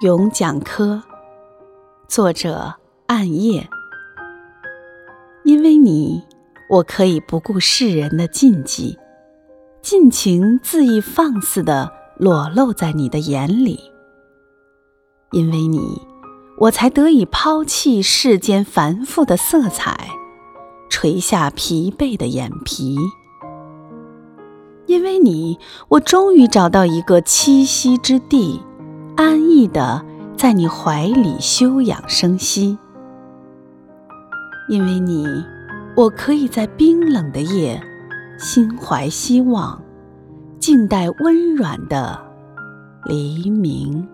咏讲科，作者暗夜。因为你，我可以不顾世人的禁忌，尽情恣意放肆地裸露在你的眼里。因为你，我才得以抛弃世间繁复的色彩，垂下疲惫的眼皮。因为你，我终于找到一个栖息之地，安逸地在你怀里休养生息。因为你，我可以在冰冷的夜心怀希望，静待温软的黎明。